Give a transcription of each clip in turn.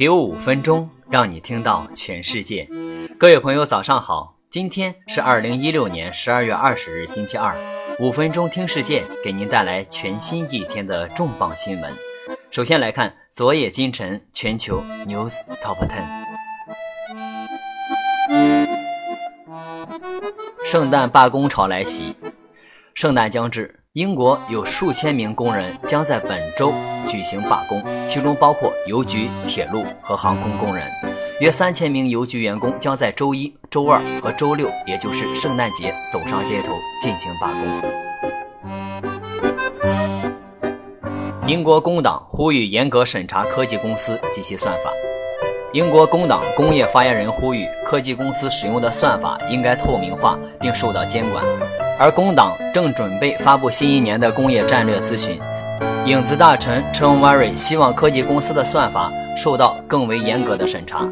给我5分钟，让你听到全世界。各位朋友早上好，今天是2016年12月20日星期二，5分钟听世界，给您带来全新一天的重磅新闻。首先来看昨夜今晨全球 News Top 10。圣诞罢工潮来袭，圣诞将至，英国有数千名工人将在本周举行罢工，其中包括邮局、铁路和航空工人。约3000名邮局员工将在周一、周二和周六，也就是圣诞节走上街头进行罢工。英国工党呼吁严格审查科技公司及其算法。英国工党工业发言人呼吁科技公司使用的算法应该透明化并受到监管，而工党正准备发布新一年的工业战略咨询。影子大臣陈文瓦瑞希望科技公司的算法受到更为严格的审查。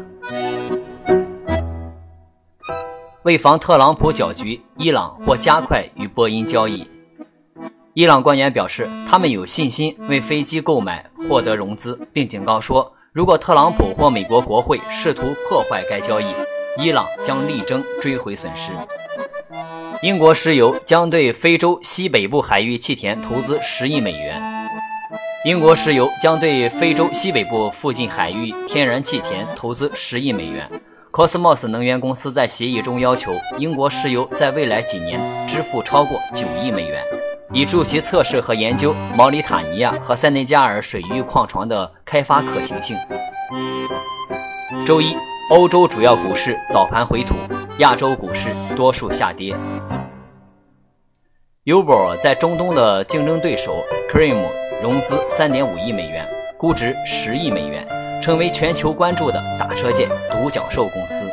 为防特朗普搅局，伊朗或加快与波音交易。伊朗官员表示，他们有信心为飞机购买获得融资，并警告说，如果特朗普或美国国会试图破坏该交易，伊朗将力争追回损失。英国石油将对非洲西北部海域气田投资10亿美元。英国石油将对非洲西北部附近海域天然气田投资10亿美元。Cosmos 能源公司在协议中要求英国石油在未来几年支付超过9亿美元，以助其测试和研究毛里塔尼亚和塞内加尔水域矿床的开发可行性。周一，欧洲主要股市早盘回吐，亚洲股市多数下跌。Uber 在中东的竞争对手 Cream 融资3.5亿美元，估值10亿美元，成为全球关注的打车界独角兽公司。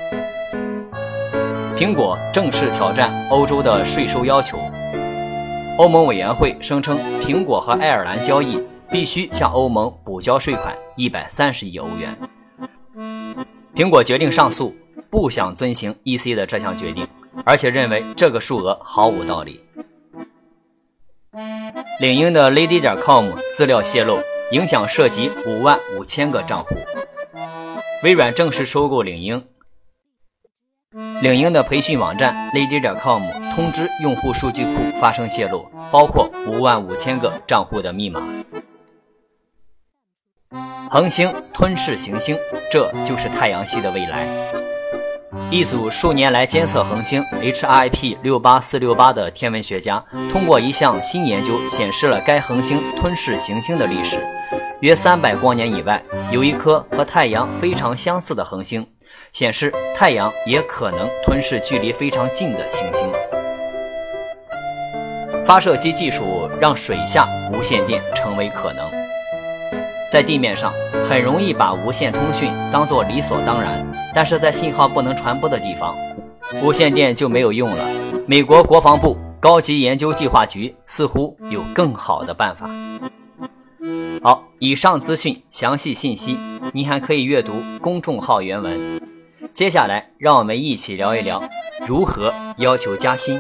苹果正式挑战欧洲的税收要求。欧盟委员会声称，苹果和爱尔兰交易必须向欧盟补交税款130亿欧元。苹果决定上诉，不想遵行 EC 的这项决定，而且认为这个数额毫无道理。领英的 Lady.com 资料泄露，影响涉及55000个账户。微软正式收购领英。领英的培训网站 Lady.com 通知用户数据库发生泄露，包括55000个账户的密码。恒星吞噬行星，这就是太阳系的未来。一组数年来监测恒星 HIP 68468的天文学家通过一项新研究显示了该恒星吞噬行星的历史。约300光年以外，有一颗和太阳非常相似的恒星，显示太阳也可能吞噬距离非常近的行星。发射机技术让水下无线电成为可能。在地面上很容易把无线通讯当作理所当然，但是在信号不能传播的地方，无线电就没有用了。美国国防部高级研究计划局似乎有更好的办法。好，以上资讯详细信息您还可以阅读公众号原文。接下来让我们一起聊一聊如何要求加薪。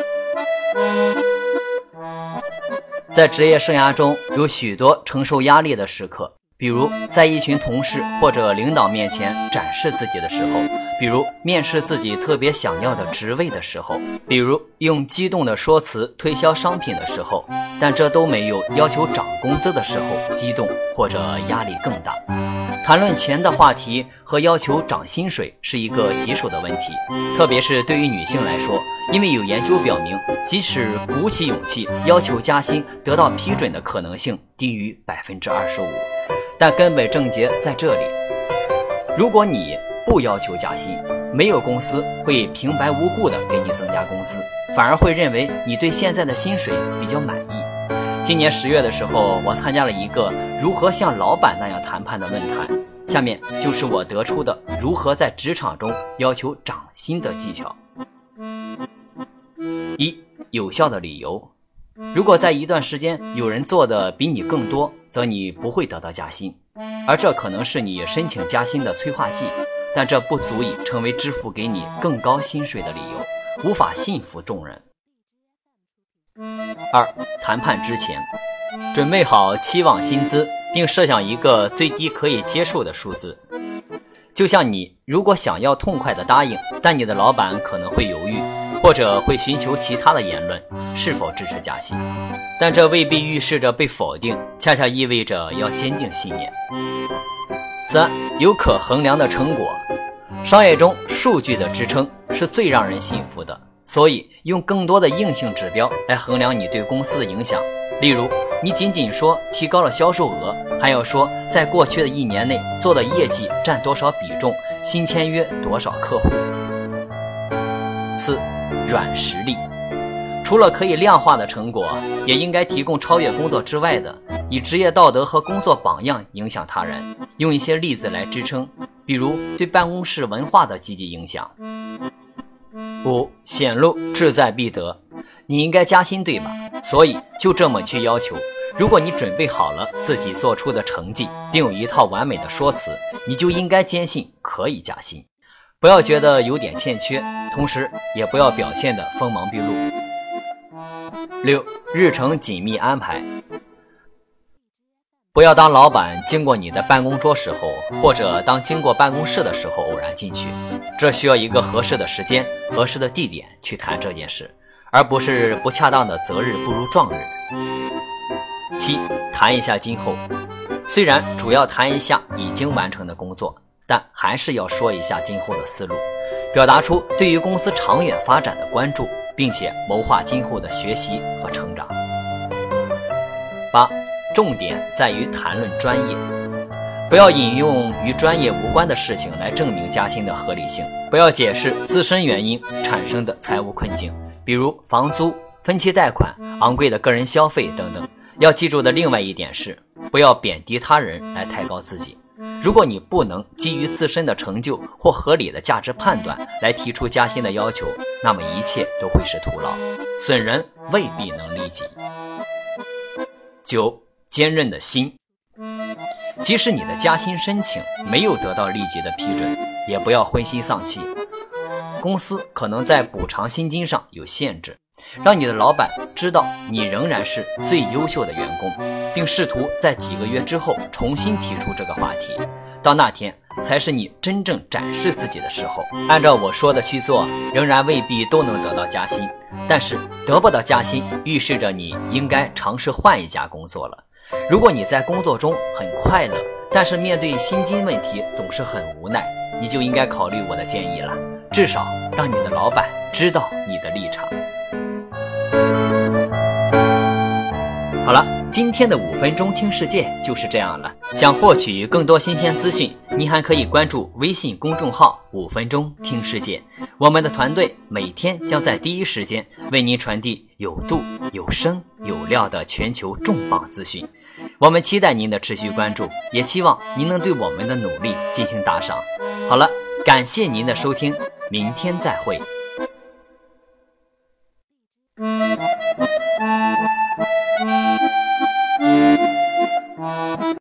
在职业生涯中有许多承受压力的时刻，比如在一群同事或者领导面前展示自己的时候，比如面试自己特别想要的职位的时候，比如用激动的说辞推销商品的时候，但这都没有要求涨工资的时候激动或者压力更大。谈论钱的话题和要求涨薪水是一个棘手的问题，特别是对于女性来说，因为有研究表明，即使鼓起勇气要求加薪，得到批准的可能性低于25%。但根本症结在这里，如果你不要求加薪，没有公司会平白无故的给你增加工资，反而会认为你对现在的薪水比较满意。今年10月的时候，我参加了一个如何像老板那样谈判的论坛，下面就是我得出的如何在职场中要求涨薪的技巧。1. 有效的理由。如果在一段时间有人做的比你更多，则你不会得到加薪，而这可能是你申请加薪的催化剂，但这不足以成为支付给你更高薪水的理由，无法信服众人。2. 谈判之前。 准备好期望薪资，并设想一个最低可以接受的数字。就像你如果想要痛快的答应，但你的老板可能会犹豫，或者会寻求其他的言论，是否支持加薪。但这未必预示着被否定，恰恰意味着要坚定信念。3. 有可衡量的成果。商业中数据的支撑是最让人信服的，所以用更多的硬性指标来衡量你对公司的影响。例如，你仅仅说提高了销售额，还要说在过去的1年内做的业绩占多少比重，新签约多少客户。4. 软实力。除了可以量化的成果，也应该提供超越工作之外的，以职业道德和工作榜样影响他人，用一些例子来支撑，比如对办公室文化的积极影响。5. 显露志在必得。你应该加薪，对吧？所以就这么去要求。如果你准备好了自己做出的成绩，并有一套完美的说辞，你就应该坚信可以加薪，不要觉得有点欠缺，同时也不要表现得锋芒毕露。6. 日程紧密安排。不要当老板经过你的办公桌时候，或者当经过办公室的时候偶然进去，这需要一个合适的时间、合适的地点去谈这件事，而不是不恰当的择日不如撞日。7. 谈一下今后。虽然主要谈一下已经完成的工作，但还是要说一下今后的思路，表达出对于公司长远发展的关注，并且谋划今后的学习和成长。8. 重点在于谈论专业。不要引用与专业无关的事情来证明加薪的合理性，不要解释自身原因产生的财务困境，比如房租、分期贷款、昂贵的个人消费等等。要记住的另外一点是，不要贬低他人来抬高自己。如果你不能基于自身的成就或合理的价值判断来提出加薪的要求，那么一切都会是徒劳，损人未必能利己。9. 坚韧的心。即使你的加薪申请没有得到立即的批准，也不要灰心丧气。公司可能在补偿薪金上有限制，让你的老板知道你仍然是最优秀的员工，并试图在几个月之后重新提出这个话题。到那天才是你真正展示自己的时候。按照我说的去做，仍然未必都能得到加薪，但是得不到加薪预示着你应该尝试换一家工作了。如果你在工作中很快乐，但是面对薪金问题总是很无奈，你就应该考虑我的建议了，至少让你的老板知道你的立场。好了，今天的5分钟听世界就是这样了。想获取更多新鲜资讯，您还可以关注微信公众号5分钟听世界。我们的团队每天将在第一时间为您传递有度、有声、有料的全球重磅资讯。我们期待您的持续关注，也期望您能对我们的努力进行打赏。好了，感谢您的收听，明天再会。